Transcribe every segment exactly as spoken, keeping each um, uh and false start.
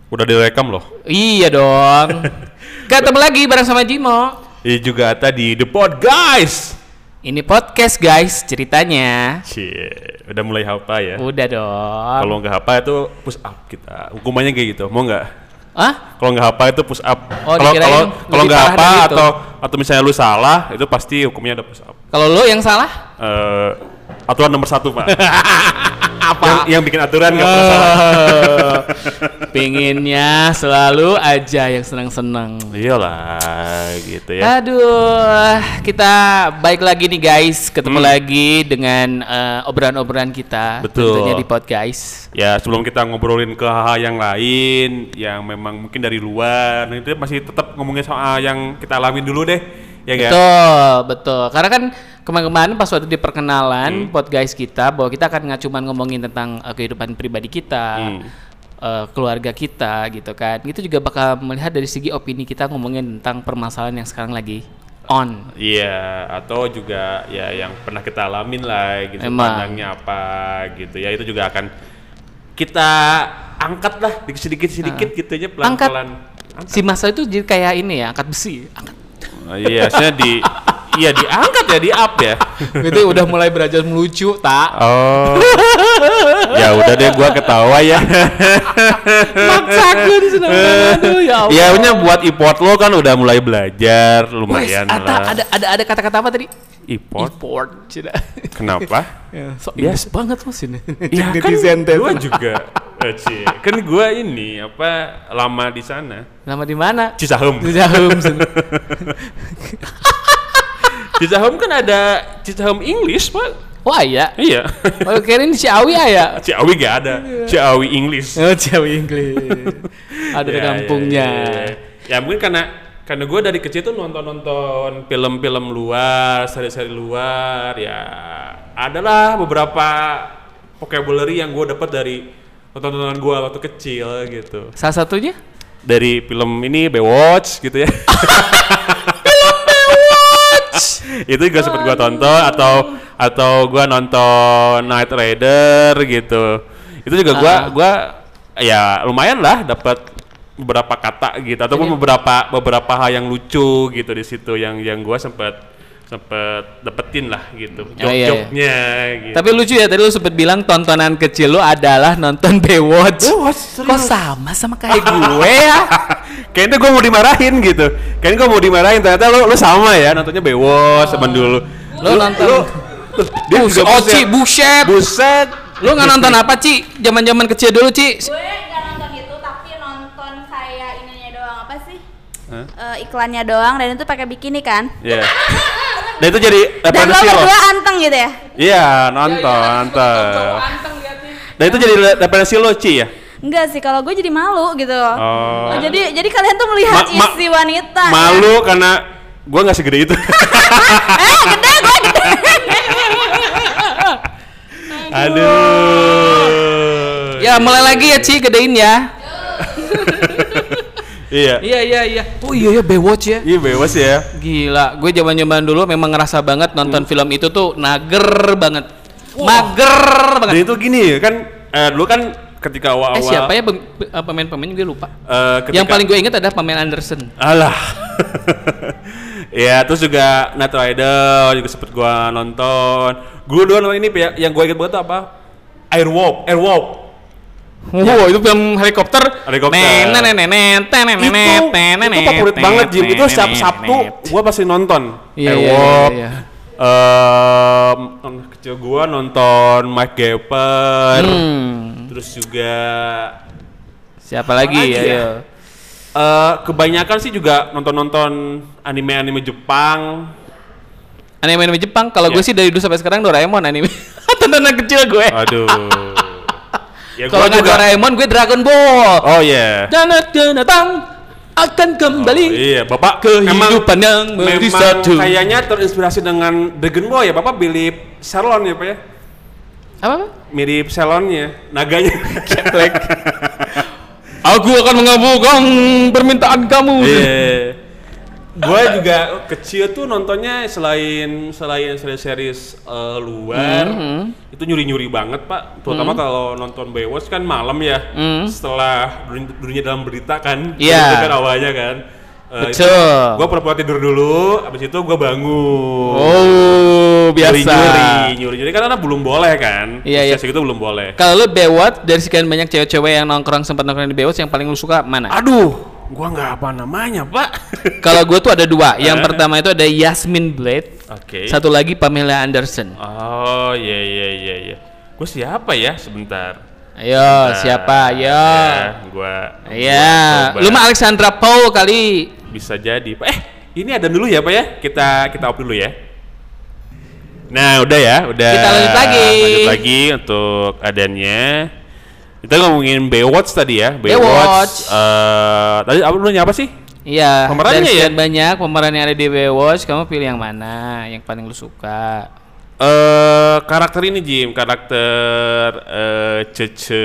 Udah direkam loh. Iya dong. Ketemu lagi bareng sama Jimo. Iya juga tadi The Pod Guys. Ini podcast guys ceritanya. Cie, udah mulai hafal ya. Udah dong. Kalau nggak hafal itu push up kita. Hukumannya kayak gitu. Mau nggak? Hah? Kalau nggak hafal itu push up. Oh, Kalau kalau kalau nggak parah hafal dari itu. atau atau misalnya lu salah, itu pasti hukumnya ada push up. Kalau lo yang salah? Eh, aturan nomor satu pak. Apa? Yang, yang bikin aturan nggak pernah salah. Pinginnya selalu aja yang senang-senang. Iyalah, gitu ya. Aduh, kita baik lagi nih guys, ketemu Hmm. lagi dengan eh, obrolan-obrolan kita. Betul. Tentunya di Pod Guys. Ya sebelum kita ngobrolin ke hal-hal yang lain yang memang mungkin dari luar, nah itu masih tetap ngomongin soal yang kita alamin dulu deh, ya kan? Betul, betul. Karena kan kemarin-kemarin pas waktu di perkenalan Hmm. Pod Guys kita, bahwa kita akan nggak cuma ngomongin tentang uh, kehidupan pribadi kita, Hmm. uh, keluarga kita gitu kan. Itu juga bakal melihat dari segi opini kita ngomongin tentang permasalahan yang sekarang lagi on. Iya, atau juga ya yang pernah kita alamin lah, gitu. Emang. Pandangnya apa, gitu ya. Itu juga akan kita angkat lah sedikit-sedikit gitu aja pelan-pelan. Angkat. Si Masa itu jadi kayak ini ya, angkat besi. Angkat. Oh, iya, saya di iya diangkat ya, di up ya. Itu udah mulai belajar melucu, tak? Oh. Ya udah deh, gua ketawa ya. Maksakan senang aduh ya Allah. Ya punya buat import lo kan udah mulai belajar Wes, lumayan ada, lah. ada ada ada kata-kata apa tadi? Import. Import. Cina. Kenapa? Ya, so Ya. Inggris banget mas ini. Ya kan Netizen gua teh. juga eh, Ci. Kan gua ini apa lama di sana. Lama di mana? Cisahem. Cisahem. Cisahem kan ada Cisahem English, Pak. Wah iya. Iya. Oh kirain Ciawi ya. Ciawi gak ada. Ciawi English. Oh Ciawi Inggris. Ada di Ya, kampungnya. Ya, ya, ya. Ya, mungkin karena karena gue dari kecil tuh nonton-nonton film-film luar, seri-seri luar, ya adalah beberapa vocabulary yang gue dapat dari tonton-tontonan gue waktu kecil gitu. Salah satunya? Dari film ini Baywatch gitu ya. Itu juga sempat gue tonton atau atau gue nonton Knight Rider gitu. Itu juga gue Ah. gua ya lumayan lah dapat beberapa kata gitu ataupun Ini- beberapa beberapa hal yang lucu gitu di situ yang yang gue sempat sempat dapetin lah gitu Oh, iya, iya. jok-joknya gitu. Tapi lucu ya tadi lu sempet bilang tontonan kecil lu adalah nonton Baywatch. Baywatch, Kok sama sama kayak gue ya? Kayaknya gue mau dimarahin gitu. Kayaknya gue mau dimarahin ternyata lu lu sama ya nontonnya Baywatch zaman dulu. Lu nonton- lu, dia Bus, juga oh buset. Ci, buset. Buset. Lu nggak nonton apa Ci? Zaman-zaman kecil dulu Ci. Gue nggak nonton itu tapi nonton kayak ininya doang apa sih? Hah? Eh, iklannya doang dan itu pakai bikini kan? Iya. Dan itu jadi Dan lo referensi lo. berdua anteng gitu ya? Iya, nonton, nonton. Dan itu jadi referensi lo, Ci ya? Enggak sih, kalau gue jadi malu gitu. Oh. Oh, jadi jadi kalian tuh melihat Ma- ma- isi wanita. Malu karena gue nggak segede itu. Ya? Eh, gede gue gede. Aduh. Ya mulai lagi ya Ci, gedein ya. Iya. Iya iya iya. Oh iya ya Baywatch ya. Iya bebas ya. Gila, gue zaman-zaman dulu memang ngerasa banget nonton film itu tuh nager banget. Mager Dan banget. itu gini kan, eh, dulu kan ketika awal-awal. Eh siapa ya pem- pe- eh, pemain-pemain gue lupa. eh, ketika- Yang paling gue ingat adalah pemain Anderson. Alah. Ya, terus juga Knight Rider juga sempet gua nonton. Gue dulu nonton ini ya, yang gue inget banget tuh apa? Airwalk, Airwalk. Oh, itu film helikopter. Helikopter. Nenenenet, tenenenet, Itu, tenenenet, itu favorit banget Jim. Itu setiap tenenenet. Sabtu gua pasti nonton. Iya, iya, Airwalk. iya, iya. Ehm, anak kecil gua nonton Mike Gapper. Hmm. Terus juga Siapa lagi lagi ya? ya? Yo. eh, kebanyakan sih juga nonton-nonton anime-anime Jepang. Anime-anime Jepang. Kalau gue Ya. sih dari dulu sampai sekarang Doraemon anime. Tontonan kecil gue. Aduh. Ya, Kalau gua nggak juga- Doraemon gue Dragon Ball. Oh iya. Dan datang akan kembali Oh, iya, Bapak kehidupan yang menjadi memang satu. kayaknya terinspirasi dengan Dragon Ball ya, Bapak mirip Cylon ya, Pak ya? Apa? Apa? Mirip Cylonnya, naganya. Ceplek. Aku akan mengabulkan permintaan kamu. Iya. Gue juga kecil tuh nontonnya selain selain series-series uh, luar mm-hmm. itu nyuri-nyuri banget pak, terutama mm-hmm. kalau nonton Baywatch kan malam ya, mm-hmm. setelah dunia, dunia dalam berita kan, yeah. itu kan awalnya kan. Uh, Betul. Gue pura-pura tidur dulu, abis itu gue bangun. Oh, biasa. Nyuri-nyuri, nyuri-nyuri kan anak belum boleh kan? Iya, iya. Segitu belum boleh. Kalau lu Baywatch dari sekian banyak cewek-cewek yang nongkrong sempat nongkrong di Baywatch, yang paling lu suka mana? Aduh. Gua nggak apa namanya pak. Kalau gua tuh ada dua. Yang pertama itu ada Yasmin Blade. Oke. Okay. Satu lagi Pamela Anderson. Oh iya iya iya iya. Gua siapa ya sebentar. Ayo sebentar. Siapa? Ayo. Ya, gua. Iya. Lu mah Alexandra Paul kali. Bisa jadi. Eh ini ada dulu ya pak ya. Kita kita off dulu ya. Nah udah ya udah. Kita lanjut lagi. Lanjut lagi untuk adannya. Kita ngomongin Baywatch tadi ya, Baywatch. Baywatch. Uh, tadi apa dulu apa sih? Iya. Pemerannya dari ya. Banyak pemeran yang ada di Baywatch. Kamu pilih yang mana? Yang paling lu suka? Eh uh, karakter ini Jim, karakter uh, Cece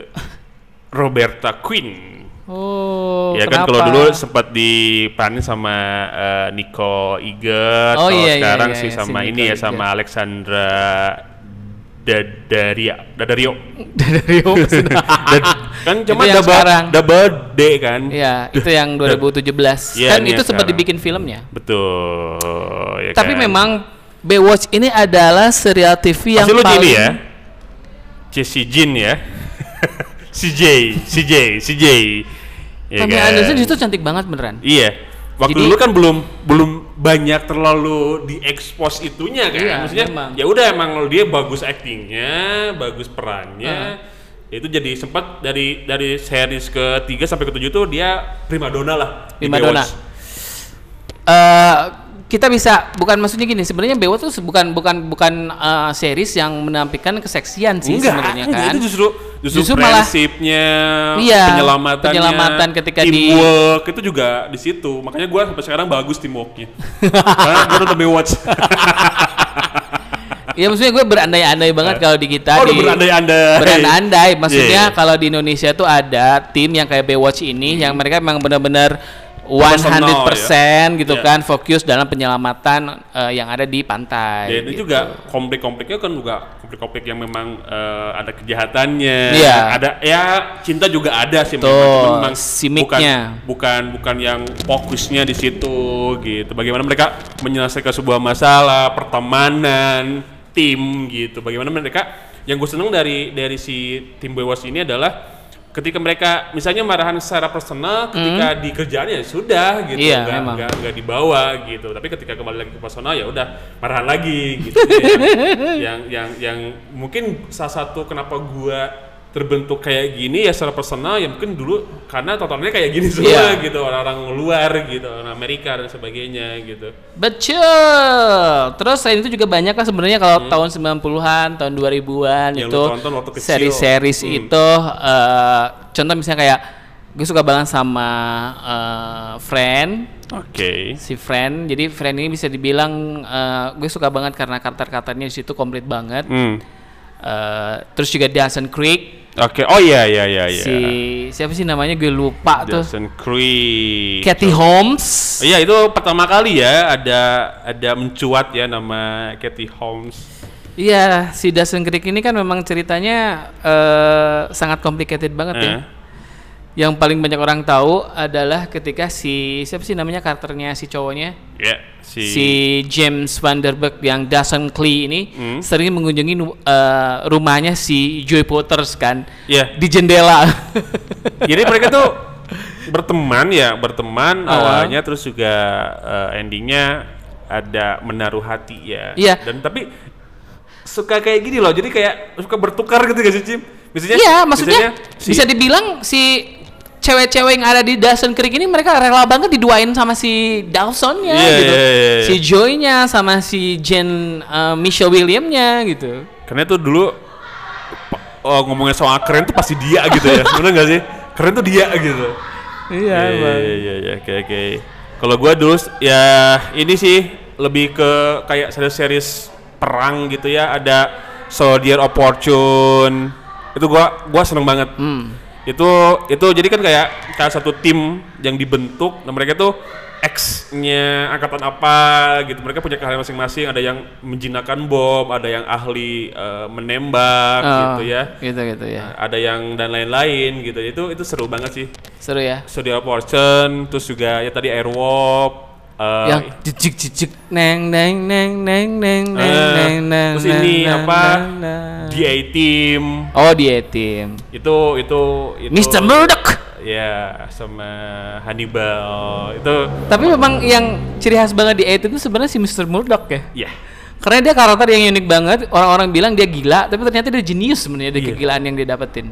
Roberta Quinn. Oh. Ya kan kalau dulu sempat diperanin sama uh, Nico Eggert. Oh, kalau iya, sekarang iya, sih iya, sama si ini ya Eggert. sama Alexandra Daddario, Daddario, Daddario. Dad, kan cuma yang double, sekarang. double D kan? Iya, itu yang dua ribu tujuh belas. Ya, kan itu sempat sekarang. dibikin filmnya. Betul. Ya Tapi kan? memang Baywatch ini adalah serial T V yang Pasti lu paling ini ya, si Jin ya, si J, si J, si J. Ya Pamela kan? Anderson itu cantik banget beneran. Iya. Waktu Jadi, dulu kan belum belum banyak terlalu diekspos itunya kan. Iya, Maksudnya ya udah emang dia bagus aktingnya, bagus perannya. Uh. Itu jadi sempat dari dari series ketiga sampai ketujuh tuh dia primadona lah. Primadona. Uh, kita bisa bukan maksudnya gini, sebenarnya Baywatch itu bukan bukan bukan uh, series yang menampilkan keseksian sih sebenarnya kan. Itu justru justru, justru prinsipnya, iya, penyelamatannya, penyelamatan ketika teamwork di... itu juga di situ. Makanya gue sampai sekarang bagus teamworknya. Karena gue nonton Baywatch. Iya maksudnya gue berandai-andai banget uh, kalau di kita oh, di berandai-andai. Berandai-andai maksudnya yeah. Kalau di Indonesia tuh ada tim yang kayak Baywatch ini hmm. yang mereka memang benar-benar seratus persen ya? Gitu yeah. Kan fokus dalam penyelamatan uh, yang ada di pantai. Ya, itu gitu. juga konflik-konfliknya kan juga konflik-konflik yang memang uh, ada kejahatannya. Yeah. Ada ya cinta juga ada sih tuh, memang, memang bukan bukan bukan yang fokusnya di situ gitu. Bagaimana mereka menyelesaikan sebuah masalah, pertemanan, tim gitu. Bagaimana mereka yang gue seneng dari dari si tim Baywatch ini adalah ketika mereka misalnya marahan secara personal ketika mm. di kerjaan ya sudah gitu, iya, nggak, nggak nggak dibawa gitu, tapi ketika kembali lagi ke personal ya udah marahan lagi gitu. yang, yang yang yang mungkin salah satu kenapa gua terbentuk kayak gini ya secara personal ya mungkin dulu karena tontonannya kayak gini semua yeah. Gitu, orang-orang luar gitu, orang Amerika dan sebagainya gitu. Betul. Terus selain itu juga banyak lah sebenarnya kalau hmm. tahun sembilan puluhan, tahun dua ribuan yang itu seri-series hmm. itu uh, contoh misalnya kayak gue suka banget sama uh, Friend. Oke. Okay. Si Friend. Jadi Friend ini bisa dibilang uh, gue suka banget karena karakter-karakternya di situ komplit banget. Hmm. Uh, terus juga Dawson's Creek. Oke, okay. Oh iya iya iya iya. Si siapa sih namanya gue lupa tuh. Dawson's Creek. Katie Holmes. Iya, itu pertama kali ya ada ada mencuat ya nama Katie Holmes. Iya, si Dawson's Creek ini kan memang ceritanya uh, sangat complicated banget eh. Ya. Yang paling banyak orang tahu adalah ketika si siapa sih namanya karakternya si cowoknya? Ya, yeah, si si James Van Der Beek yang Dawson Clee ini hmm. sering mengunjungi uh, rumahnya si Joey Poters kan. Yeah. Di jendela. Jadi mereka tuh berteman ya, berteman uh. awalnya terus juga uh, endingnya ada menaruh hati ya. Yeah. Dan tapi suka kayak gini loh. Jadi kayak suka bertukar gitu gak sih, Cim? Misalnya, iya, maksudnya si, bisa dibilang si cewek-cewek yang ada di Dawson's Creek ini mereka rela banget diduain sama si Dawson-nya yeah, gitu. Yeah, yeah, yeah. Si Joy-nya sama si Jen uh, Michelle Williams-nya gitu. Karena itu dulu oh, ngomongnya soal keren tuh pasti dia gitu ya. Bener gak sih? Keren tuh dia gitu. Iya, iya iya iya oke oke. Kalau gua dulu ya ini sih lebih ke kayak series-series perang gitu ya, ada Soldier of Fortune. Itu gua gua seneng banget. Hmm. Itu itu jadi kan kayak kayak satu tim yang dibentuk, dan mereka tuh X-nya angkatan apa gitu. Mereka punya keahlian masing-masing. Ada yang menjinakkan bom, ada yang ahli uh, menembak oh, gitu ya. Gitu gitu ya. Nah, ada yang dan lain-lain gitu. Itu itu seru banget sih. Seru ya. Studio Portion, terus juga ya tadi Airwalk. Uh, yang jijik jijik neng neng neng neng neng neng uh, neng neng. Terus ini neng, apa? neng, neng. D A Team. Oh, D A Team. Itu itu itu. mister Murdoch. Ya, sama Hannibal itu. Tapi memang yang ciri khas banget di A Team itu sebenarnya si mister Murdoch ya. Iya. Yeah. Karena dia karakter yang unik banget. Orang-orang bilang dia gila, tapi ternyata dia jenius sebenarnya dari yeah. kegilaan yang dia dapetin.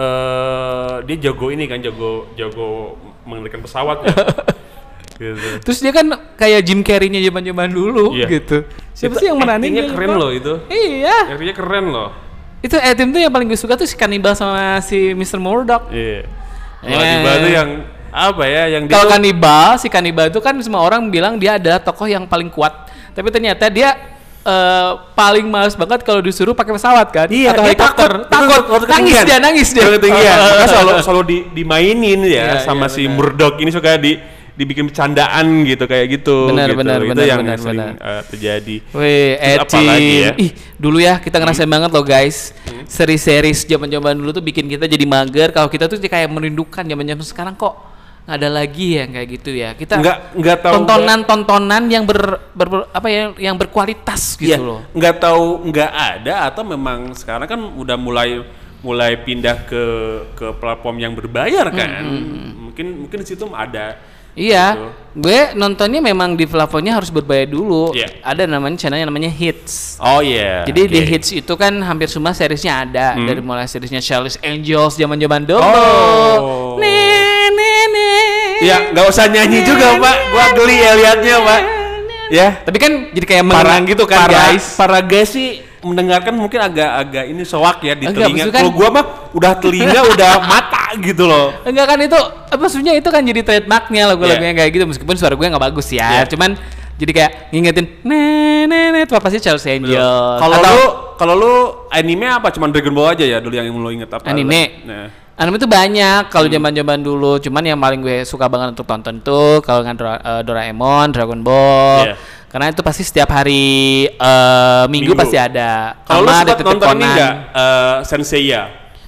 Uh, dia jago ini kan, jago jago mengendalikan pesawat ya. Gitu. Terus dia kan kayak Jim Carrey-nya zaman-zaman dulu yeah. gitu. Siapa itu sih yang menanding? Actingnya keren loh itu. Iya. Actingnya keren loh. Itu A Team tuh yang paling gue suka tuh si Cannibal sama si mister Murdoch. Iya. Cannibal tuh yang apa ya? Yang kalau Cannibal, si Cannibal itu kan semua orang bilang dia adalah tokoh yang paling kuat. Tapi ternyata dia uh, paling males banget kalau disuruh pakai pesawat kan? Iya, atau helikopter. Takut, takut. Nangis dia, nangis dia. Ketinggian. Makanya selalu selalu di, dimainin ya yeah, sama yeah, si benar. Murdoch ini suka di dibikin bercandaan gitu kayak gitu. Benar, gitu. benar, itu benar, yang benar, sering benar. Uh, terjadi. Wih, apa lagi ya? Ih, dulu ya kita ngerasain hmm. banget loh guys. Hmm. Seri-seri zaman-zaman dulu tuh bikin kita jadi mager. Kalau kita tuh kayak merindukan zaman-zaman sekarang kok nggak ada lagi yang kayak gitu ya. Kita nggak nggak tahu tontonan-tontonan yang ber, ber, ber apa ya yang berkualitas gitu ya, loh. Nggak tahu nggak ada atau memang sekarang kan udah mulai mulai pindah ke ke platform yang berbayar kan. Hmm, hmm. Mungkin mungkin di situ ada. Iya, gitu. Gue nontonnya memang di platformnya harus berbayar dulu. Yeah. Ada namanya channelnya namanya Hits. Oh iya. Yeah. Jadi okay. di Hits itu kan hampir semua seriesnya ada. Hmm. Dari mulai seriesnya Charlie's Angels zaman-zaman dulu. Oh. Nih, nih, nih. Ya, nggak usah nyanyi juga Pak. Gua geli ya liatnya Pak. Ya. Tapi kan jadi kayak mengenang gitu kan para, guys. Para guys sih mendengarkan mungkin agak-agak ini soak ya di Enggak, telinga. kan, kalau gua mah udah telinga udah mata gitu loh. Enggak kan itu apa maksudnya itu kan jadi trademarknya lagu-lagunya yeah. kayak gitu meskipun suara gue nggak bagus ya. Yeah. Cuman jadi kayak ngingetin nenek itu apa sih Charlie's Angels. Kalau lu kalau lu anime apa cuman Dragon Ball aja ya dulu yang lu inget apa? Anime. Nah. Anime itu banyak kalau zaman-zaman hmm. dulu. Cuman yang paling gue suka banget untuk tonton tuh kalau dengan Dora, uh, Doraemon, Dragon Ball. Yeah. Karena itu pasti setiap hari uh, minggu, minggu pasti ada. Kalau lu sempat nonton ini enggak uh, Senseiya?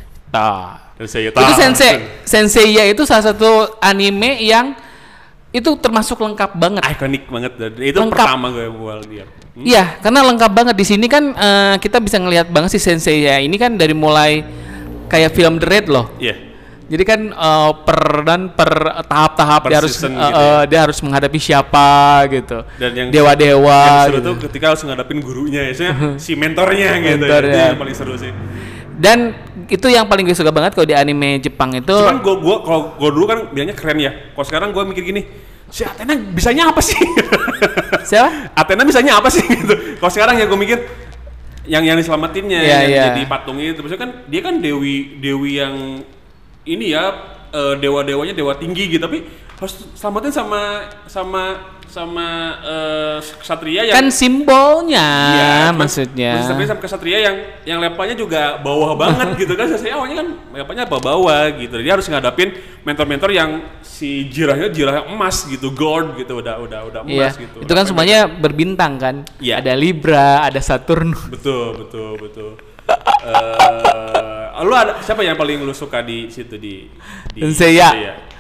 Tah. Senseiya. Itu Sensei. Senseiya itu salah satu anime yang itu termasuk lengkap banget. Ikonik banget. Itu lengkap. Pertama gue buat lihat. Hmm? Iya, karena lengkap banget di sini kan uh, kita bisa ngelihat banget si Senseiya ini kan dari mulai kayak film The Raid loh. Iya. Yeah. Jadi kan uh, per dan per tahap-tahap dia harus uh, gitu ya? uh, dia harus menghadapi siapa gitu. Dan yang dewa-dewa. Yang seru gitu. tuh ketika harus ngadapin gurunya ya, si mentornya gitu. Mentor, ya. ya. Itu yang paling seru sih. Dan itu yang paling gue suka banget kalau di anime Jepang itu. Cuman gue gue kalau gue dulu kan bilangnya keren ya. Kalau sekarang gue mikir gini, si Athena bisanya apa sih? Siapa? Athena bisanya apa sih gitu. Kalau sekarang ya gue mikir yang yang diselamatinnya yeah, yang yeah. jadi patung itu. Maksudnya kan dia kan dewi dewi yang ini ya uh, dewa-dewanya dewa tinggi gitu, tapi harus selamatin sama sama sama uh, ksatria yang kan simbolnya ya, maksudnya. Maksudnya sama ksatria yang yang levelnya juga bawah banget gitu kan. Saya awalnya kan levelnya bawah-bawah gitu. Dia harus ngadapin mentor-mentor yang si jirahnya jirah emas gitu, gold gitu, udah udah udah emas iya, gitu. Itu kan semuanya berbintang kan. Ya. Ada Libra, ada Saturnus. Betul, betul, betul. uh, lu ada siapa yang paling lu suka di situ di di Senseiya?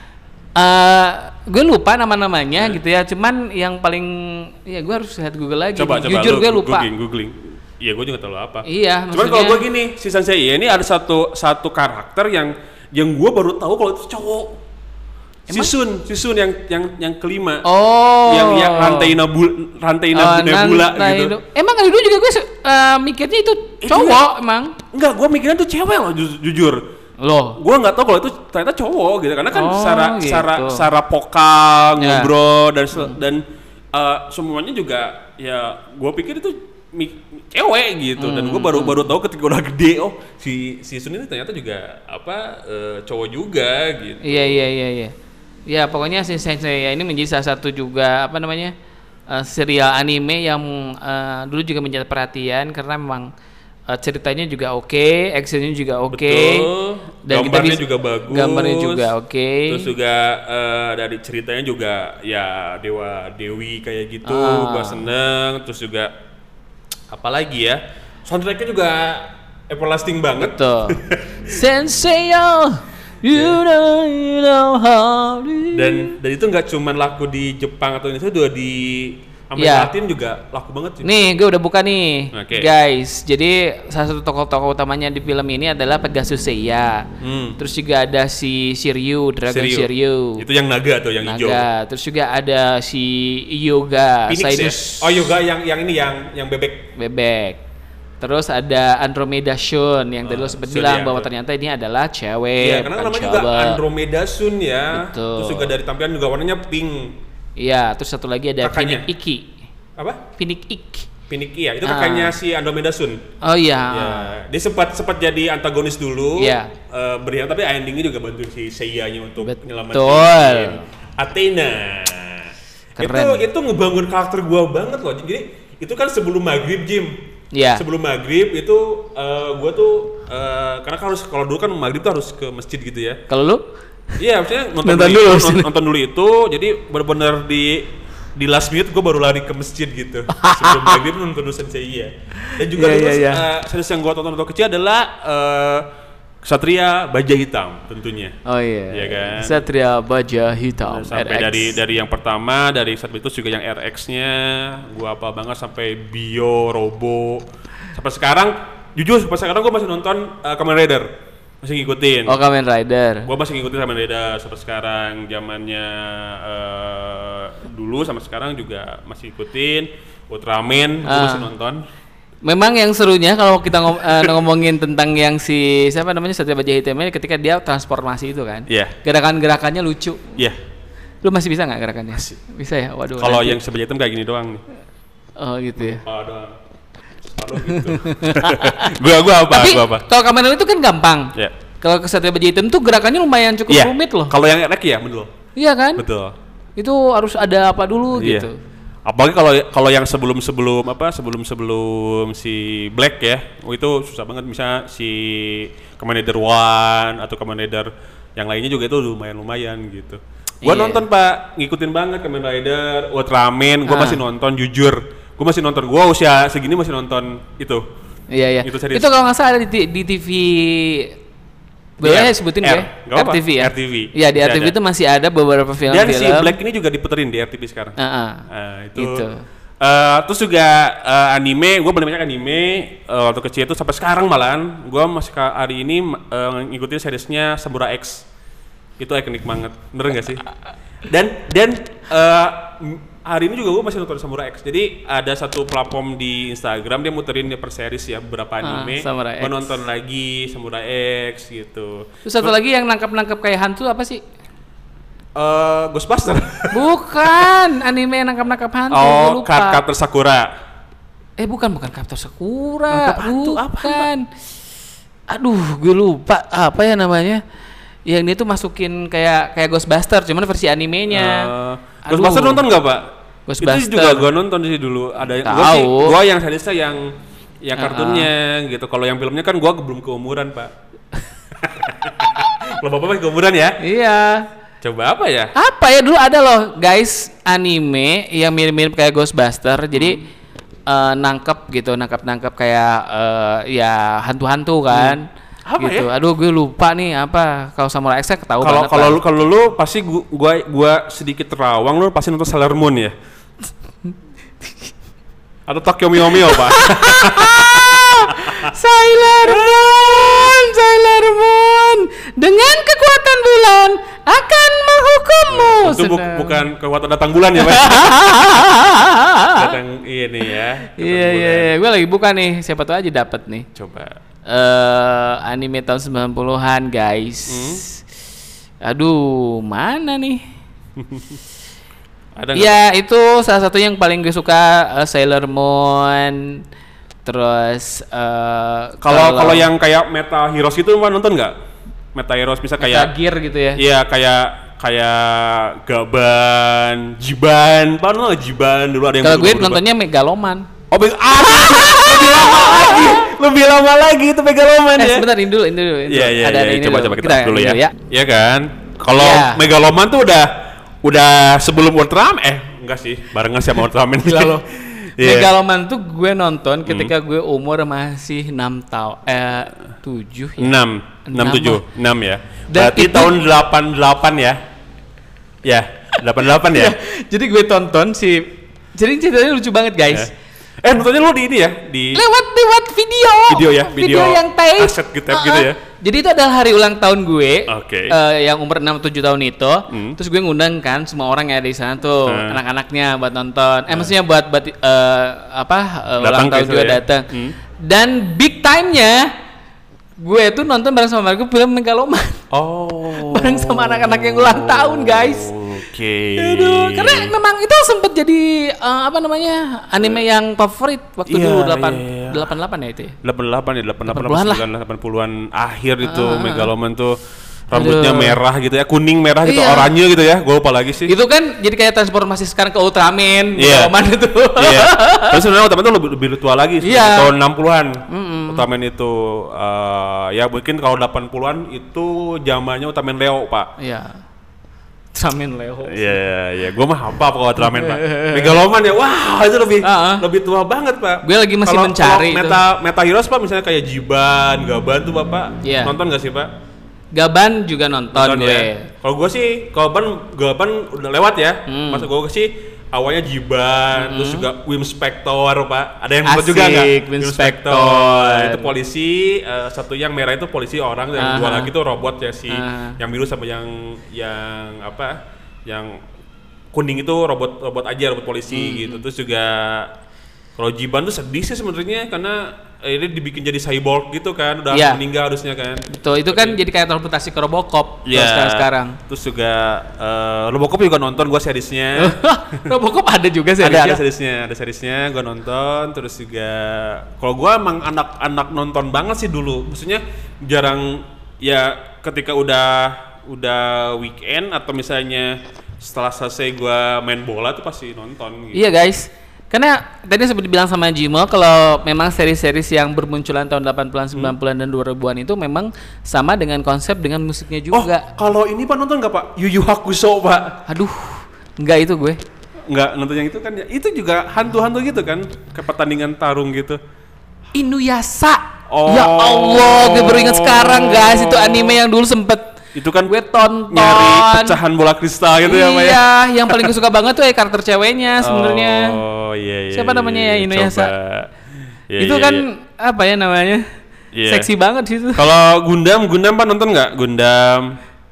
Uh, gue lupa nama-namanya hmm. gitu ya. Cuman yang paling ya gue harus lihat Google lagi. Coba, coba, jujur lu, gue lupa. Googling, googling. Iya, gue juga tahu apa. Iya, cuman kalau gue gini, si Senseiya ini ada satu satu karakter yang yang gue baru tahu kalau itu cowok. Si Sun, si Sun yang yang yang kelima. Oh. Yang yang rantai nebula, rantai uh, nebula gitu. Itu. Emang kali dulu juga gue uh, mikirnya itu cowok itu, emang. Enggak, gue mikirnya tuh cewek loh ju jujur. Loh, gue nggak tahu kalau itu ternyata cowok gitu karena kan oh, secara gitu. secara secara vokal, yeah. ngobrol dan hmm. dan uh, semuanya juga ya gue pikir itu cewek gitu hmm. dan gue baru baru tahu ketika udah gede oh si si Sun ini ternyata juga apa uh, cowok juga gitu. Iya iya iya iya. Ya pokoknya si Senseiya ini menjadi salah satu juga apa namanya uh, serial anime yang uh, dulu juga menjadi perhatian karena memang uh, ceritanya juga oke, actionnya juga oke, Betul. dan kita Gambarnya bisa juga bagus. gambarnya juga oke. Terus juga uh, dari ceritanya juga ya dewa dewi kayak gitu, Ah. gua seneng. Terus juga apalagi ya, soundtracknya juga everlasting banget. Betul. Sensei, you know, you know how. Dan dan itu nggak cuman laku di Jepang atau Indonesia, juga di Amerika Iya. Latin juga laku banget sih. Nih, gue udah buka nih, Oke. guys. Jadi salah satu tokoh-tokoh utamanya di film ini adalah Pegasus Seiya. Hmm. Terus juga ada si Shiryu, Dragon Shiryu. Shiryu. Itu yang naga tuh, yang hijau. Naga. Terus juga ada si Yoga, Phoenix ya? Saidus Oh yoga yang yang ini yang yang bebek. bebek. Terus ada Andromeda Shun yang tadi lo Ah, sempat Shun, bilang ya, bahwa Shun. ternyata ini adalah cewek. Iya, karena bukan namanya juga cowok. Andromeda Sun ya. Betul. Terus juga dari tampilan juga warnanya pink. Iya, terus satu lagi ada Kakaknya. Phoenix Iki. Apa? Phoenix Ik. Phoenix iya, itu Ah. kakaknya si Andromeda Sun. Oh iya. Ya, dia sempat sempat jadi antagonis dulu. Iya. eh, berhiang, tapi endingnya juga bantu si Seiya-nya untuk Betul. nyelamatin Athena. Keren. Itu itu ngebangun karakter gua banget loh. Jadi itu kan sebelum maghrib, Jim. Iya. Sebelum maghrib itu eh, gua tuh eh, karena kan harus kalau dulu kan maghrib tuh harus ke masjid gitu ya. Kalau lu? Iya, maksudnya nonton, Nonton dulu, dulu, itu, sini. nonton dulu itu, jadi benar-benar di di last minute gue baru lari ke masjid gitu. Sebelum maghrib nonton dulu Sensei. Dan juga Iya, dulu iya, iya. eh, series yang gue tonton waktu kecil adalah eh, Ksatria Baja Hitam tentunya. Oh iya. Iya kan? Satria Baja Hitam. Sampai R X. dari dari yang pertama dari saat itu juga yang R X-nya gue apa banget sampai Bio, Robo. Sampai sekarang jujur sampai sekarang gue masih nonton eh, Kamen Rider. Masih ngikutin. Oh, Kamen Rider. Gua masih ngikutin Kamen Rider sampai sekarang, zamannya eh, dulu sampai sekarang juga masih ikutin. Ultraman gua Ah. masih nonton. Memang yang serunya kalau kita ngom- eh, ngomongin tentang yang si siapa namanya Satria Baja Hitam ini ketika dia transformasi itu kan. Iya. Gerakan-gerakannya lucu. Iya. Lu masih bisa nggak gerakannya? Masih. Bisa ya? Waduh. Kalau nanti- yang sebagai hitam kayak gini doang nih. Oh gitu ya. Oh, doang. Kalau gitu. gua gua apa? Tapi Gua apa? kalau Kamen Rider itu kan gampang. Ya. Kalau ke Satria Baja Hitam tuh gerakannya lumayan cukup Iya. rumit loh. Kalau yang R X ya, betul. Iya kan? Betul. Itu harus ada apa dulu Iya. gitu. Apalagi kalau kalau yang sebelum-sebelum apa sebelum-sebelum si Black ya, oh itu susah banget, misalnya si Kamen Rider One atau Kamen Rider yang lainnya juga itu lumayan-lumayan gitu. Gua Iya. nonton Pak, ngikutin banget Kamen Rider, Ultraman, gua Ah. masih nonton jujur. Gua masih nonton, gua usia segini masih nonton itu. Iya iya. Itu Itu, serius. kalau nggak salah ada di, di T V. Boleh R, sebutin R. gue? Nggak apa-apa, R T V ya. R T V. Iya di R T V Masih ada. itu masih ada beberapa film-film. Dan si Black ini juga diputerin di R T V sekarang. Heeh. Nah, itu. Gitu. Eh, terus juga eh, anime, gue paling banyak anime eh, waktu kecil itu sampai sekarang malahan gue masih ka- hari ini eh, ngikutin seriesnya Samurai X. Itu ikonik banget, bener nggak sih? Dan dan eh, m- hari ini juga gue masih nonton Samurai X. Jadi ada satu platform di Instagram dia muterin dia per series ya beberapa Ah, anime. Samurai Gue X. nonton lagi Samurai X gitu. Terus satu lagi yang nangkap-nangkap kayak hantu apa sih? Eh, Ghostbuster. Bukan anime yang nangkap-nangkap hantu. Oh, gua lupa. Card Captor Sakura. Eh bukan bukan Captor Sakura. Nangkap hantu apa, bukan. Aduh, gue lupa apa ya namanya. Yang dia tuh masukin kayak kayak Ghostbuster, cuman versi animenya. Uh, Aduh. Ghostbuster nonton nggak Pak? Ghostbuster. Itu juga gua nonton sih dulu. Ada yang gua Tahu. sih, gua yang seriesnya yang yang Uh-uh. kartunnya gitu. Kalau yang filmnya kan gua belum keumuran Pak. Kalau bapak masih keumuran ya? Iya. Coba apa ya? Apa ya dulu ada loh guys anime yang mirip-mirip kayak Ghostbuster. Jadi eh, nangkep gitu, nangkep-nangkep kayak eh, ya hantu-hantu kan. Apa gitu. ya? Aduh gue lupa nih apa. Kalau Samurai X saya ketahu Kalau banget. kalau lah. lu kalau lu pasti gua, gua gua sedikit terawang, lu pasti nonton Sailor Moon ya? Atau Tokyo Mio Mio Pak? Sailor Moon, Sailor Moon, dengan kekuatan bulan akan menghukummu. Itu bu- Senang. bukan kekuatan datang bulan ya Pak? Datang ini ya. datang Iya iya bulan. iya, gue lagi buka nih, siapa tahu aja dapat nih. Coba. Eh anime tahun sembilan puluhan guys. Hmm? Aduh, mana nih? Ada nggak? Ya itu salah satu yang paling gue suka eh, Sailor Moon. Terus eh, Kalau kalau yang kayak Meta Heroes itu Pak nonton nggak? Meta Heroes bisa Meta kayak Gear gitu ya. iya kayak kayak Gaban, Jiban, Pak nonton nggak Jiban dulu ada yang Kalau gue berubah-ubah. nontonnya Megaloman. Oh, be- ah, lebih lama lagi, lebih lama lagi itu Megaloman eh, ya. sebentar ini dulu, ini dulu. Ini Iya, dulu. iya, ada, iya, ada ini coba dulu. coba kita, kita dulu ya. ya. Iya kan? Kalau Iya. Megaloman tuh udah udah sebelum Ultraman eh enggak sih, barengan sama Ultraman Gila lo. Iya. Megaloman tuh gue nonton ketika gue umur masih enam tahun eh tujuh ya. enam, enam Enam tujuh, lah. enam ya. Dan Berarti itu- tahun delapan puluh delapan ya. Ya, delapan puluh delapan ya. Iya, jadi gue tonton si jadi ceritanya lucu banget guys. Eh, nontonnya lo di ini ya, di Lewat lewat video. Video ya, video yang tape. kaset gitu, tape gitu ya. Jadi itu adalah hari ulang tahun gue. Oke. eh, yang umur enam tujuh tahun itu. Hmm. Terus gue ngundang kan semua orang yang ada di sana tuh, Hmm. anak-anaknya buat nonton. Eh maksudnya buat buat eh, apa? eh, Datang ulang ke tahun situ juga ya. datang. Hmm. Dan big time-nya gue tuh nonton bareng sama mereka film Megaloman. Oh. Bareng sama anak-anak yang ulang tahun, guys. Oke. Aduh, karena memang itu sempat jadi eh, apa namanya anime yang favorit waktu Iya, dulu delapan iya, iya. delapan delapan ya itu ya. delapan puluh delapan ya, delapan puluh delapan, delapan puluhan lah. delapan puluhan akhir itu Ah, ah, ah. Megaloman tuh rambutnya Aduh. merah gitu ya, kuning merah gitu, Iya. oranye gitu ya. Gue lupa lagi sih. Itu kan jadi kayak transformasi sekarang ke Ultraman, Iya. Megaloman itu. Iya. Tapi sebenarnya Ultraman tuh lebih, lebih tua lagi, Iya. tahun enam puluhan. Ultraman itu eh, ya mungkin kalau delapan puluhan itu zamannya Ultraman Leo, Pak. Iya. Ultraman Leo. Iya, iya, gue mah apa kalau Ultraman, Pak. Megaloman ya, wah itu lebih Ah, ah. lebih tua banget, Pak. Gue lagi masih Kalau- mencari kalau itu. Meta Meta Heroes, Pak, misalnya kayak Jiban, Gaban tuh, Bapak. Iya. Nonton nggak sih, Pak? Gaban juga nonton, Nonton gue. ya. Kalau gue sih, Gaban Gaban udah lewat ya. Hmm. Masa gue sih awalnya Jiban, terus juga Wim Spector, Pak. Ada yang nonton Asik, juga nggak? Wim Spector. Itu polisi, eh, satu yang merah itu polisi orang, yang dua Aha. lagi tuh robot ya, si Aha. yang biru sama yang yang apa? Yang kuning itu robot robot aja, robot polisi Hmm. gitu. Terus juga kalau Jiban tuh sedih sih sebenarnya karena eh, ini dibikin jadi cyborg gitu kan, udah Iya. meninggal harusnya kan. Betul, itu kan jadi kayak transportasi ke Robocop Iya. sekarang sekarang. Terus juga eh, Robocop juga nonton gua seriesnya. Robocop ada juga sih. ada ada seriesnya, ada seriesnya gua nonton. Terus juga kalau gua emang anak-anak nonton banget sih dulu. Maksudnya jarang ya ketika udah udah weekend atau misalnya setelah selesai gua main bola tuh pasti nonton gitu. Iya guys, karena tadi sempat dibilang sama Jimo kalau memang seri-seri yang bermunculan tahun delapan puluhan, sembilan puluhan dan dua ribuan itu memang sama dengan konsep dengan musiknya Oh, juga. kalau ini Pak nonton nggak Pak? Yu Yu Hakusho Pak? Aduh, enggak itu gue. Nggak nonton yang itu kan? Ya, itu juga hantu-hantu gitu kan? Kayak pertandingan tarung gitu. Inuyasha. Oh. Ya Allah, gue baru ingat sekarang guys, itu anime yang dulu sempet Itu kan gue tonton. nyari pecahan bola kristal gitu ya Pak ya? Iya, yang paling gue suka banget tuh ya karakter ceweknya sebenarnya. Oh iya iya. Siapa iya, namanya iya, ya, Inuyasha? coba. Iya, itu iya, kan iya. apa ya namanya? Iya. Seksi banget sih itu. Kalau Gundam, Gundam Pak nonton nggak? Gundam.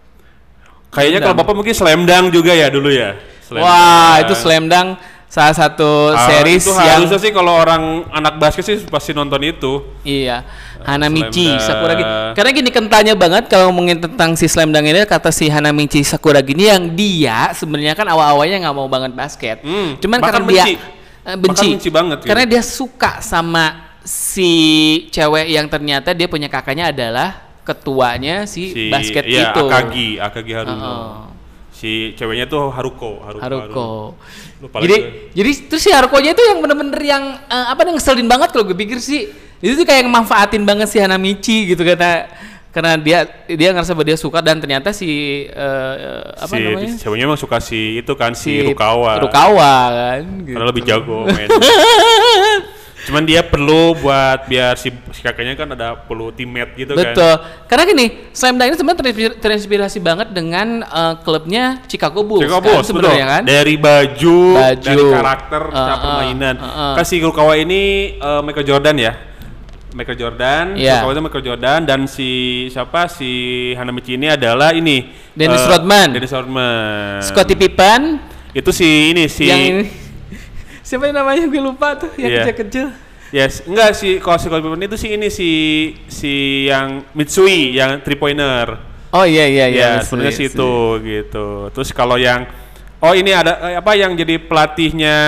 Kayaknya kalau Gundam. Bapak mungkin Slam Dunk juga ya dulu ya. Slam Wah, Dunk. itu Slam Dunk salah satu Ah, series itu yang harusnya sih kalau orang anak basket sih pasti nonton itu. iya, Hanamichi Slam Dunk. Sakuragi. Karena gini kentalnya banget kalau ngomongin tentang si Slam Dunk ini, kata si Hanamichi Sakuragi ini yang dia sebenarnya kan awal-awalnya nggak mau banget basket. Hmm, Cuman bahkan karena dia benci. eh, benci. Bahkan benci banget gitu. Karena dia suka sama si cewek yang ternyata dia punya kakaknya adalah ketuanya si, Si basket iya, itu. Akagi, Akagi Haruno. Oh. Si ceweknya tuh Haruko, Haruko. Haruko. Lupa Jadi lagi. jadi terus si Haruko-nya itu yang bener-bener yang eh, apa nih ngeselin banget kalau gue pikir sih. Itu tuh kayak manfaatin banget si Hanamichi gitu karena karena dia dia ngerasa bahwa dia suka dan ternyata si eh, apa si, namanya? si ceweknya emang suka si itu kan si, Rukawa. Rukawa kan gitu. Karena lebih jago main. Cuman dia perlu buat biar si, si kakaknya kan ada perlu teammate gitu kan. Betul. Karena gini, Slam Dunk ini sebenarnya terinspirasi, terinspirasi banget dengan eh, klubnya Chicago Bulls, Chicago kan, Bulls, betul. sebenarnya kan? Dari baju, Baju. dari karakter, Uh, cara uh, permainan. uh, uh. Kan si Rukawa ini uh, Michael Jordan ya. Michael Jordan, Iya. Rukawa itu Michael Jordan dan si siapa si Hanamichi ini adalah ini Dennis uh, Rodman. Dennis Rodman. Scottie Pippen Itu si ini si yang ini siapa yang namanya gue lupa tuh yang Iya. kecil-kecil. Yes, enggak sih kalau si Scottie Pippen itu si ini si si yang Mitsui yang three pointer. Oh iya iya iya. Ya, Mitsui, sebenarnya Mitsui. situ gitu. Terus kalau yang oh ini ada eh, apa yang jadi pelatihnya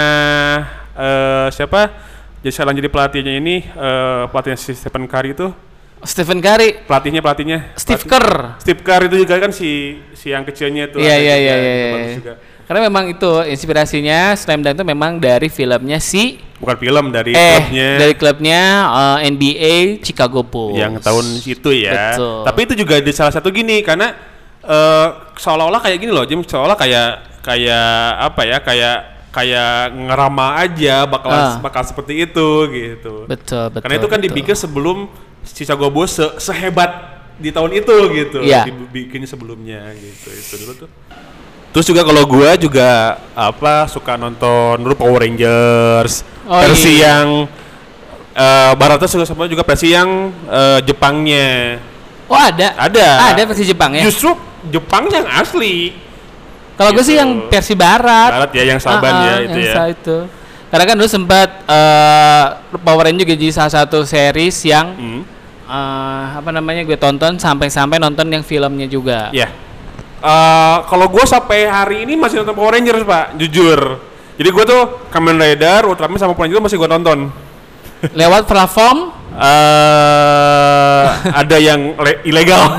eh siapa? Jadi sekarang jadi pelatihnya ini eh pelatihnya si Stephen Curry itu. Stephen Curry, Pelatihnya pelatihnya Steve pelatih- Kerr. Steve Kerr itu juga kan si si yang kecilnya itu. Iya ada iya juga, iya itu iya. bagus iya. juga. Karena memang itu inspirasinya Slam Dunk itu memang dari filmnya si Bukan film dari eh, klubnya. dari klubnya uh, N B A Chicago Bulls. Yang tahun itu ya. Betul. Tapi itu juga di salah satu gini karena uh, seolah-olah kayak gini loh, Jim, seolah kayak kayak apa ya, kayak kayak ngerama aja bakal ah. bakal seperti itu gitu. Betul, betul. Karena itu kan betul. dibikin sebelum Chicago Bulls se sehebat di tahun itu gitu. Iya. Dibikin sebelumnya gitu. Itu dulu tuh. Terus juga kalau gua juga apa suka nonton dulu Power Rangers Oh, versi iya. yang uh, baratnya juga sama juga versi yang uh, Jepangnya. Oh ada? Ada. Ada versi Jepang ya? Justru Jepang yang asli. Kalau gue gitu. sih yang versi Barat. Barat ya, yang Saban Ah, ya ah, itu yang ya. sa- itu. Karena kan dulu sempat uh, Power Rangers juga jadi salah satu series yang Hmm. uh, apa namanya gue tonton sampai-sampai nonton yang filmnya juga. Ya. Uh, kalau gue sampai hari ini masih nonton Power Rangers, Pak, jujur. Jadi gue tuh Kamen Rider, Ultraman sama Power Rangers masih gue tonton. Lewat platform uh, ada yang le- ilegal,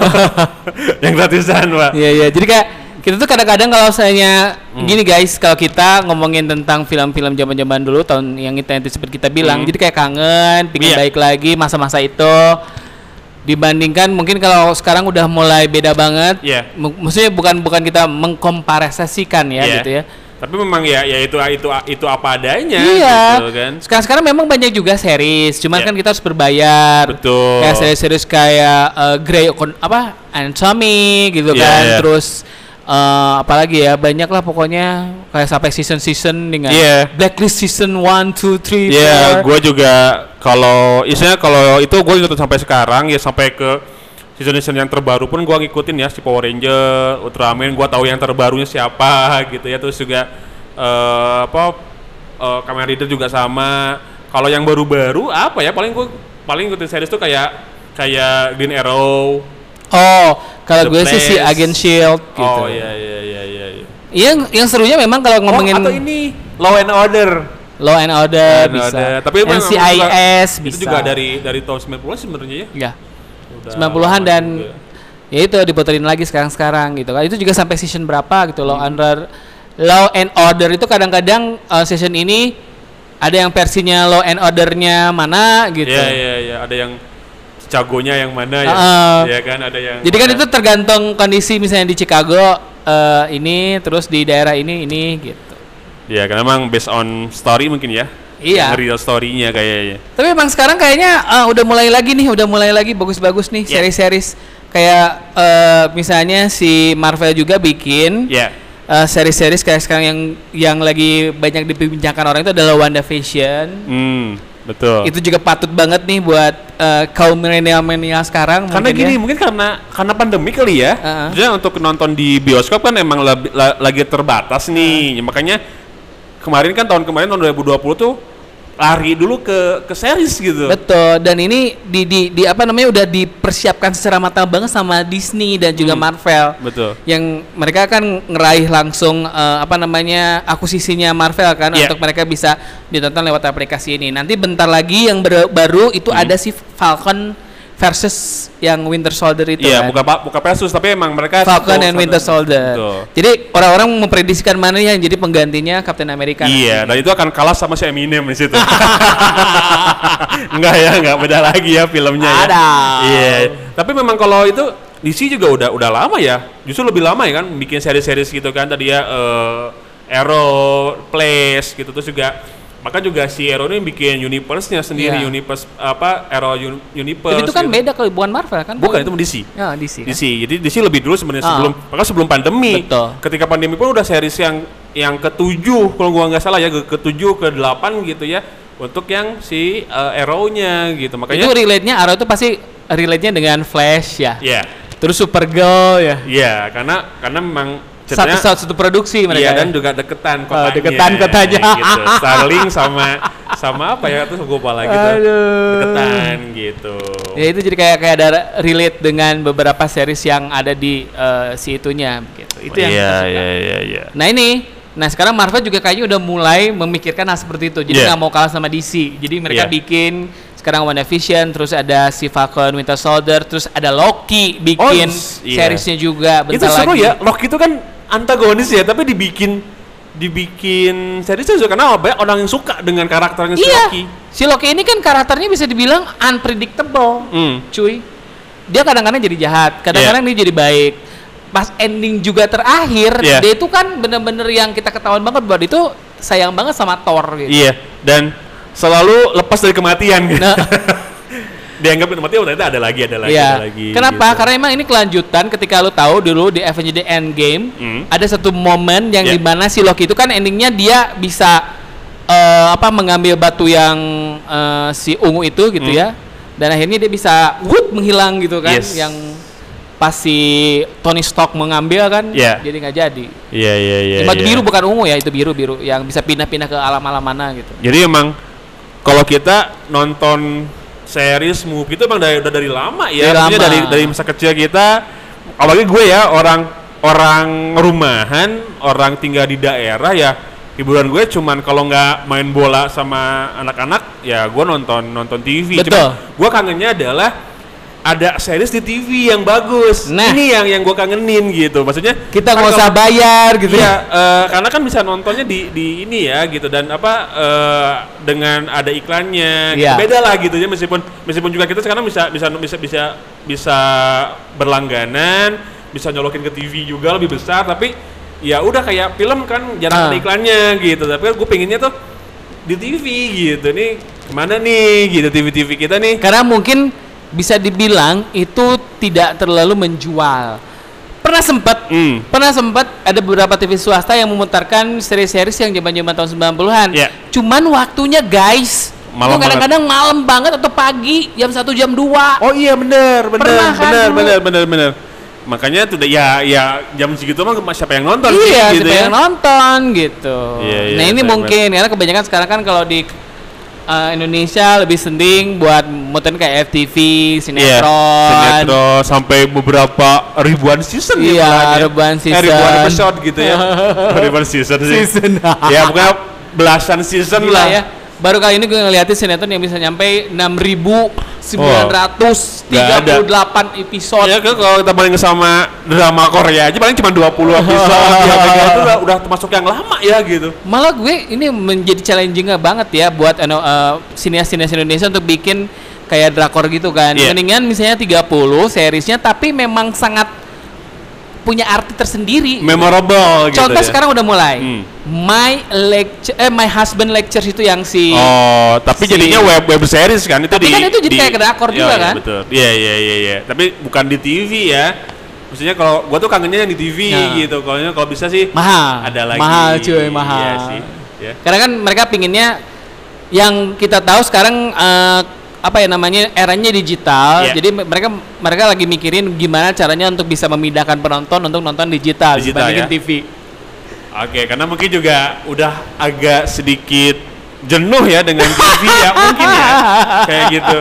yang gratisan, Pak. Iya iya. Jadi kayak kita tuh kadang-kadang kalau saya Hmm. gini guys, kalau kita ngomongin tentang film-film zaman-zaman dulu tahun yang kita itu seperti kita bilang, Hmm. jadi kayak kangen, pingin Iya. baik lagi masa-masa itu. Dibandingkan mungkin kalau sekarang udah mulai beda banget. Iya. M- maksudnya bukan bukan kita mengkomparasikan ya Iya. gitu ya. Tapi memang ya, ya itu itu itu apa adanya, Iya. gitu kan. Sekarang-sekarang memang banyak juga series, cuman Iya. kan kita harus berbayar. Betul. Kayak series-series kayak uh, Grey Ocon- apa Anatomy gitu Iya, kan. iya. Terus uh, apalagi ya, banyak lah pokoknya kayak sampai season-season dengan Iya. Blacklist season one, two, three, Iya, four. gue juga kalau isinya kalau itu gue ngikutin sampai sekarang ya, sampai ke season-season yang terbaru pun gue ngikutin ya, si Power Ranger, Ultraman, gue tahu yang terbarunya siapa gitu ya. Terus juga uh, apa uh, Kamen Rider juga sama. Kalau yang baru-baru apa ya, paling gue paling ngikutin series tuh kayak kayak Green Arrow. Oh, kalau The gue sih si Place. Agent Shield gitu. Oh iya iya iya iya. iya. Yang yang serunya memang kalau ngomongin Oh, atau ini Law and Order. Law and Order Law and bisa. Order. Tapi memang N C I S juga, bisa. itu juga dari dari tahun sembilan puluhan sebenarnya ya. Ya. Udah sembilan puluhan lama dan juga. ya itu diputerin lagi sekarang-sekarang gitu kan. Itu juga sampai season berapa gitu Hmm. Law and Order. Law and Order itu kadang-kadang uh, season ini ada yang versinya Law and Order-nya mana gitu. Iya iya iya, ada yang Chicago-nya yang mana ya? Uh, Iya kan, ada yang Jadi kan mana. itu tergantung kondisi, misalnya di Chicago uh, ini, terus di daerah ini ini gitu. Iya, karena memang based on story mungkin ya. Iya. Yang real story-nya kayaknya. Tapi emang sekarang kayaknya uh, udah mulai lagi nih, udah mulai lagi bagus-bagus nih Yeah. series-series kayak uh, misalnya si Marvel juga bikin Iya. uh, series-series kayak sekarang yang yang lagi banyak diperbincangkan orang itu adalah WandaVision. Hmm, betul. Itu juga patut banget nih buat uh, kaum milenial-milenial sekarang. Karena mungkin gini, ya. mungkin karena karena pandemi kali ya. Uh-uh. Jadi untuk nonton di bioskop kan emang labi- la- lagi terbatas nih. Ya, makanya kemarin kan tahun kemarin tahun dua ribu dua puluh tuh lari dulu ke ke series gitu. Betul, dan ini di, di di apa namanya udah dipersiapkan secara matang banget sama Disney dan juga Hmm. Marvel. Betul. Yang mereka kan ngeraih langsung eh, apa namanya akuisisinya Marvel kan Yeah. untuk mereka bisa ditonton lewat aplikasi ini. Nanti bentar lagi yang ber- baru itu Hmm. ada si Falcon versus yang Winter Soldier itu Iya, kan. bukan Pak, bukan Pegasus tapi emang mereka Falcon satu- and Winter satu- Soldier. Betul. Jadi orang-orang memprediksikan mana yang jadi penggantinya Captain America. Iya, dan nanti. itu akan kalah sama si Eminem di situ. Enggak ya, enggak beda lagi ya filmnya ya. Ada. Iya. Tapi memang kalau itu D C juga udah udah lama ya. Justru lebih lama ya kan bikin seri-seri gitu kan tadi ya eh, Arrow, Flash gitu, terus juga maka juga si Arrow ini bikin universe-nya sendiri, Iya. universe apa Arrow un- universe. Jadi itu kan gitu. beda kalau bukan Marvel kan? Bukan, itu D C. Ya, D C. D C. Jadi D C lebih dulu sebenarnya Ah. sebelum maka sebelum pandemi. Betul. Ketika pandemi pun udah series yang yang ketujuh kalau gua nggak salah ya, ke ketujuh ke delapan gitu ya untuk yang si uh, Arrow-nya gitu. Makanya Itu relate-nya Arrow itu pasti relate-nya dengan Flash ya. Iya. Terus Supergirl ya. Iya, karena karena memang Satu, ceritanya- satu satu produksi mereka. Iya, ya. dan juga deketan Oh, kotanya. deketan kotanya. Gitu. Starlink sama sama apa ya, terus gue lupa lagi tuh. Aduh. Deketan gitu. Ya itu jadi kayak kayak ada relate dengan beberapa series yang ada di eh, si itunya gitu. Itu yang Iya, kita suka. iya, iya, iya. Nah ini, nah sekarang Marvel juga kayaknya udah mulai memikirkan hal seperti itu. Jadi Iya. nggak mau kalah sama D C. Jadi mereka Iya. bikin sekarang WandaVision, terus ada si Falcon Winter Soldier, terus ada Loki bikin Oh, iya. seriesnya juga. Itu Bentar seru lagi. ya, Loki itu kan antagonis ya, tapi dibikin dibikin seriesnya juga karena banyak orang yang suka dengan karakternya si Iya. Loki. Si Loki ini kan karakternya bisa dibilang unpredictable, Hmm. cuy. Dia kadang-kadang jadi jahat, kadang-kadang dia jadi baik. Pas ending juga terakhir, Yeah. dia itu kan bener-bener yang kita ketahuan banget bahwa dia itu sayang banget sama Thor gitu. Iya, dan selalu lepas dari kematian. Nah. Dianggap mati, oh ternyata ada lagi, ada lagi, Iya. ada lagi. Kenapa? gitu. Karena emang ini kelanjutan ketika lu tahu dulu di Avengers Endgame Hmm. ada satu momen yang Yeah. dimana si Loki itu kan endingnya dia bisa eh, apa mengambil batu yang eh, si ungu itu gitu Hmm. ya, dan akhirnya dia bisa whoop menghilang gitu kan, Yes. yang pas si Tony Stark mengambil kan, Yeah. jadi nggak jadi. Iya, iya, iya. Yang batu iya. biru bukan ungu ya, itu biru biru yang bisa pindah-pindah ke alam-alam mana gitu. Jadi emang kalau kita nonton series movie itu emang dari udah dari lama ya, Dari maksudnya lama. dari dari masa kecil kita. Apalagi gue ya orang orang rumahan, orang tinggal di daerah ya. Hiburan gue cuman kalau nggak main bola sama anak-anak ya gue nonton nonton T V. Betul. Cuma gue kangennya adalah ada series di T V yang bagus. Nah. Ini yang yang gue kangenin gitu. Maksudnya Kita kan nggak usah kalau- bayar gitu Iya, ya. eh, karena kan bisa nontonnya di di ini ya gitu, dan apa eh, dengan ada iklannya gitu. Iya. Beda lah gitu ya, meskipun meskipun juga kita sekarang bisa bisa bisa bisa bisa berlangganan, bisa nyolokin ke T V juga lebih besar, tapi ya udah kayak film kan jarang Ah. ada iklannya gitu. Tapi gue pengennya tuh di T V gitu. Nih kemana nih gitu T V T V kita nih? Karena mungkin bisa dibilang itu tidak terlalu menjual. Pernah sempat, Hmm. pernah sempat ada beberapa T V swasta yang memutarkan seri-seri yang zaman-zaman tahun sembilan puluhan. Iya. Cuman waktunya guys, Malam itu kadang-kadang malam banget atau pagi jam satu jam dua. Oh iya bener, bener, Pernah kan bener, dulu? bener, bener, bener. Makanya tuh ya, ya jam segitu mah siapa yang nonton Iya, sih, gitu siapa ya? yang nonton gitu. Iya, iya, nah ini bener, mungkin karena kebanyakan sekarang kan kalau di uh, Indonesia lebih sering buat muterin kayak F T V, Iya, sinetron. sinetron sampai beberapa ribuan season ya Iya, malahan ya. ribuan Eh, ribuan season. episode gitu ya. Ribuan season sih. Season. Ya pokoknya belasan season Gila lah. ya. Baru kali ini gue ngeliatin sinetron yang bisa nyampe enam ribu sembilan ratus tiga puluh delapan episode. Ya kan kalau kita bandingin sama drama Korea aja paling cuma dua puluh episode. Ya kayak itu udah, udah termasuk yang lama ya gitu. Malah gue ini menjadi challenging banget ya buat ano, uh, sinias-sinias Indonesia untuk bikin kayak drakor gitu kan. Iya. Mendingan misalnya tiga puluh seriesnya tapi memang sangat punya arti tersendiri. Memorable gitu. Contoh ya. sekarang udah mulai. Hmm. My lecture eh My Husband Lectures itu yang si Oh, tapi si- jadinya web web series kan itu Tapi di kan itu jadi kayak drakor Iya, juga iya, kan? Betul. Iya iya iya iya. Tapi bukan di T V ya. Maksudnya kalau gua tuh kangennya yang di T V Nah. gitu. Kalau kalau bisa sih mahal. ada lagi. Mahal cuy, mahal. Iya sih. Ya. Karena kan mereka pinginnya yang kita tahu sekarang eh, apa ya namanya eranya digital. Iya. Jadi mereka mereka lagi mikirin gimana caranya untuk bisa memindahkan penonton untuk nonton digital, Digital, dibandingin ya? T V. Oke, karena mungkin juga udah agak sedikit jenuh ya dengan T V ya, mungkin ya kayak gitu.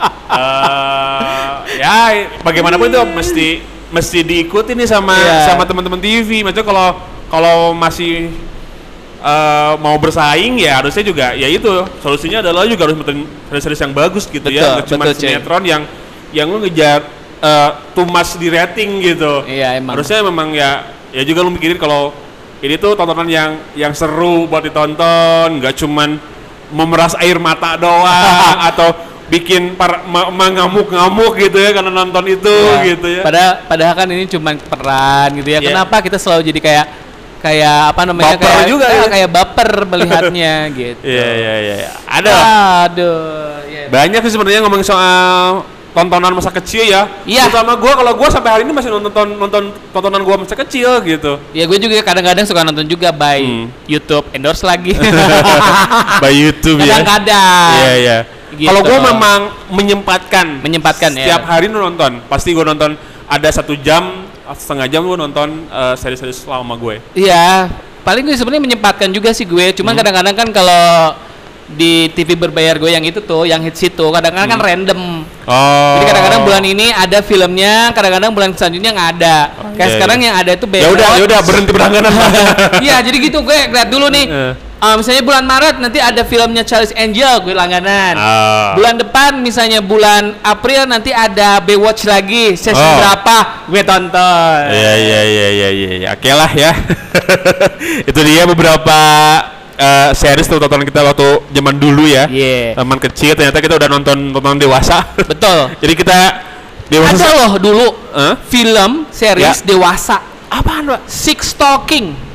Eh, ya bagaimanapun itu mesti mesti diikuti nih sama Iya. sama teman-teman T V. Maksudnya kalau kalau masih eh, mau bersaing ya harusnya juga ya itu solusinya adalah juga harus nonton series-series yang bagus gitu ya, Betul, nggak cuma betul, Ceng. sinetron yang yang lu ngejar eh, too much di rating gitu. Iya, emang. Harusnya memang ya ya juga lu mikirin kalau ini tuh tontonan yang yang seru buat ditonton, nggak cuman memeras air mata doang atau bikin para ma- ma- ngamuk-ngamuk gitu ya karena nonton itu Ya, gitu ya. Padahal padahal kan ini cuma peran gitu ya. Iya. Kenapa kita selalu jadi kayak kayak apa namanya Baper kayak juga kayak, ya. kayak baper melihatnya gitu. Iya iya iya. iya. Ada lah. Aduh, iya. Banyak sih sebenarnya ngomongin soal tontonan masa kecil ya. Iya. Terutama gua kalau gua sampai hari ini masih nonton nonton tontonan gua masa kecil gitu. Ya gue juga kadang-kadang suka nonton juga by Hmm. YouTube endorse lagi. By YouTube ya. Kadang-kadang. Iya iya. Gitu. Kalau gua memang menyempatkan Menyempatkan, ya. setiap hari nonton. Pasti gua nonton ada satu jam setengah jam gua nonton eh, seri-seri selama gue. Iya, paling gue sebenarnya menyempatkan juga sih gue. Cuman Hmm. kadang-kadang kan kalau di T V berbayar gue yang itu tuh, yang hits itu kadang-kadang kan random. Oh. Jadi kadang-kadang bulan ini ada filmnya, kadang-kadang bulan selanjutnya nggak ada. Kayak iya, sekarang iya. yang ada itu Ya udah, ya udah berhenti berlangganan. Iya, jadi gitu gue lihat dulu nih. Eh. Uh, misalnya bulan Maret nanti ada filmnya Charlie's Angel, gue langganan. Ah. Bulan depan misalnya bulan April nanti ada Baywatch lagi, season Oh. berapa gue tonton. Iya iya iya iya iya. Ya. Oke lah ya. Itu dia beberapa uh, series atau tontonan kita waktu zaman dulu ya. Iya. Zaman kecil ternyata kita udah nonton tontonan dewasa. Betul. Jadi kita dewasa. Ada loh dulu Huh? film series Ya. dewasa. Apaan, Pak? Six Talking.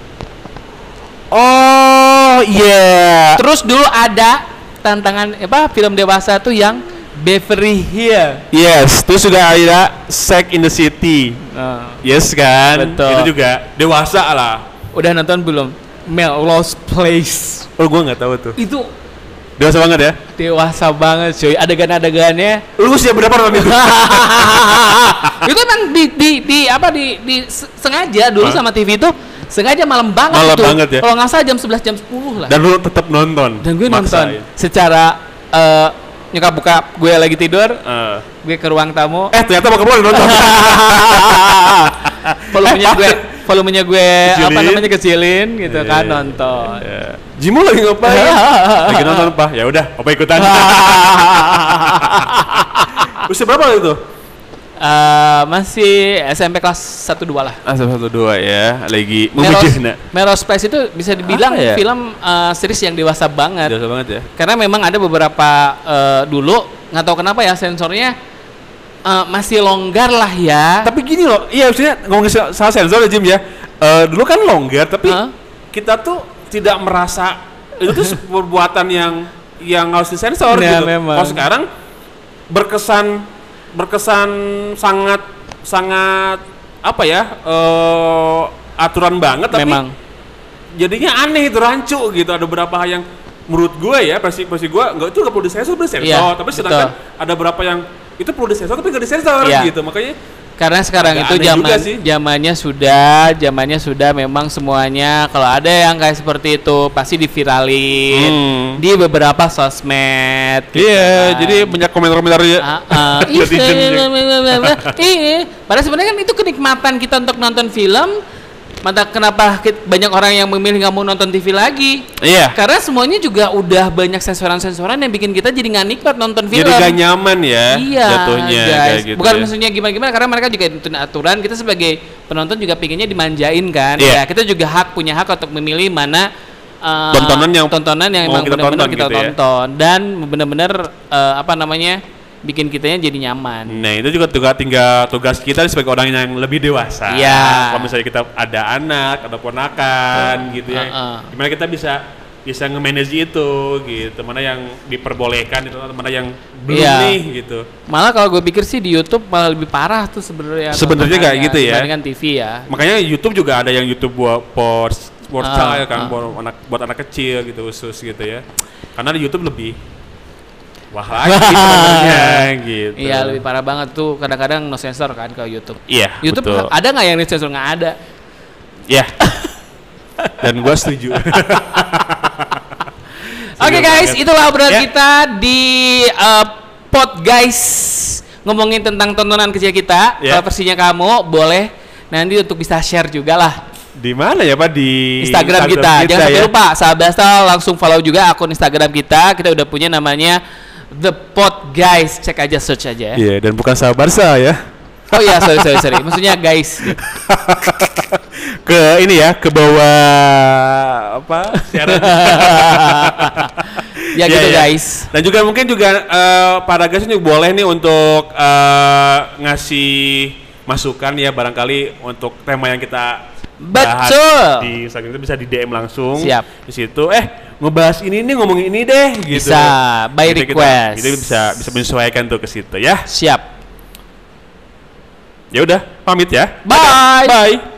Oh iya. Terus dulu ada tantangan apa film dewasa tuh yang Beverly Hills. Yes, terus juga ada Sex in the City. Nah, Yes kan? Betul. Itu juga dewasa lah. udah nonton belum? Melrose Place. Oh, gua nggak tahu tuh. Itu Dewasa banget ya? dewasa banget cuy. Adegan-adegannya Lu usia berapa nonton itu? itu emang di di di apa di di se- sengaja dulu Hah? sama T V itu sengaja malam banget Malam tuh. banget ya? Kalau nggak salah jam sebelas jam sepuluh lah. Dan lu tetap nonton. Dan gue Maksain. nonton secara eh, nyokap buka gue lagi tidur, Eh. gue ke ruang tamu. Eh, ternyata bokap lu nonton. volumenya gue volumenya gue apa Kecilin. namanya kecilin gitu Iya, kan iya, nonton. iya. Jimu lagi ngapain? Lagi nonton, Pak. Ya udah, apa ikutan? Usia berapa itu? Eh, masih S M P kelas satu dua lah. Ah, satu dua ya, lagi Melrose, memujihna. Melrose Place itu bisa dibilang Apa ya? film eh, series yang dewasa banget. Dewasa banget ya. Karena memang ada beberapa eh, dulu nggak tahu kenapa ya sensornya eh, masih longgar lah ya. Tapi gini loh, iya maksudnya ngomongin so- soal sensor ya Jim ya. Eh, dulu kan longgar, tapi Hah? kita tuh tidak merasa itu tuh perbuatan yang yang harus disensor Ya, gitu. memang. Kalau sekarang berkesan berkesan sangat sangat apa ya eh, aturan banget, tapi Memang. jadinya aneh itu rancu gitu. Ada beberapa hal yang menurut gue ya versi versi gue nggak itu nggak perlu disensor, perlu disensor. Iya, Tapi sedangkan ada beberapa yang itu perlu disensor tapi nggak disensor Iya. gitu. Makanya Karena sekarang Agak itu aneh zaman juga sih. zamannya sudah zamannya sudah memang semuanya kalau ada yang kayak seperti itu pasti diviralin Hmm. di beberapa sosmed. gitu iya, kan. jadi banyak komentar-komentar ya. Ah, ah. Ih, Netizen juga. Iya. Padahal sebenarnya kan itu kenikmatan kita untuk nonton film. Mata kenapa kit- banyak orang yang memilih nggak mau nonton T V lagi? Iya. Karena semuanya juga udah banyak sensoran-sensoran yang bikin kita jadi nggak nikmat nonton film. Jadi gak nyaman ya Iya, jatuhnya guys. kayak gitu. Bukan ya. maksudnya gimana-gimana karena mereka juga ikutin aturan. Kita sebagai penonton juga pinginnya dimanjain kan. Iya. Ya, kita juga hak punya hak untuk memilih mana uh, Tontonan yang tontonan yang mau emang kita benar-benar tonton kita gitu ya. tonton dan benar-benar uh, apa namanya bikin kitanya jadi nyaman. Nah itu juga tugas tinggal tugas kita sebagai orang yang lebih dewasa. Iya. Kalau misalnya kita ada anak, ada ponakan gitu ya, Uh-uh. gimana kita bisa bisa nge-manage itu gitu, mana yang diperbolehkan itu, mana yang belum Iya. nih gitu. Malah kalau gue pikir sih di YouTube malah lebih parah tuh sebenarnya. Sebenarnya kayak tontonannya gitu ya. Dibandingkan T V ya. Makanya YouTube juga ada yang YouTube buat for for Ah, child kan, ah. buat anak buat anak kecil gitu khusus gitu ya. Karena di YouTube lebih wah lagi sebenarnya gitu. Iya lebih parah banget tuh kadang-kadang no sensor kan kalau YouTube. Iya, YouTube betul. ada nggak yang no sensor? Nggak ada. Iya. Dan gua setuju. Oke Setuju guys, banget. itulah obrolan Ya. kita di uh, Pod Guys ngomongin tentang tontonan kecil kita. Ya. Kalau versinya kamu boleh nanti untuk bisa share juga lah Di mana ya Pak? Di Instagram, kita. Jangan sampai ya? lupa, sahabat Stal langsung follow juga akun Instagram kita. Kita udah punya namanya The Pod Guys. Cek aja, search aja ya. Iya, dan bukan sahabat Barca ya. Oh iya, sorry sorry sorry. Maksudnya guys. Ke ini ya, ke bawah apa? Siaran. Ya Iya, gitu iya. guys. Dan juga mungkin juga eh, para guys ini boleh nih untuk eh, ngasih masukan ya barangkali untuk tema yang kita bahas Betul. di Instagram itu bisa di D M langsung. Siap. Di situ eh ngebahas ini nih ngomongin ini deh gitu. Bisa, by Gitu kita- request. Kita, bisa bisa menyesuaikan tuh ke situ ya. Siap. Ya udah, pamit ya. Bye. Bye.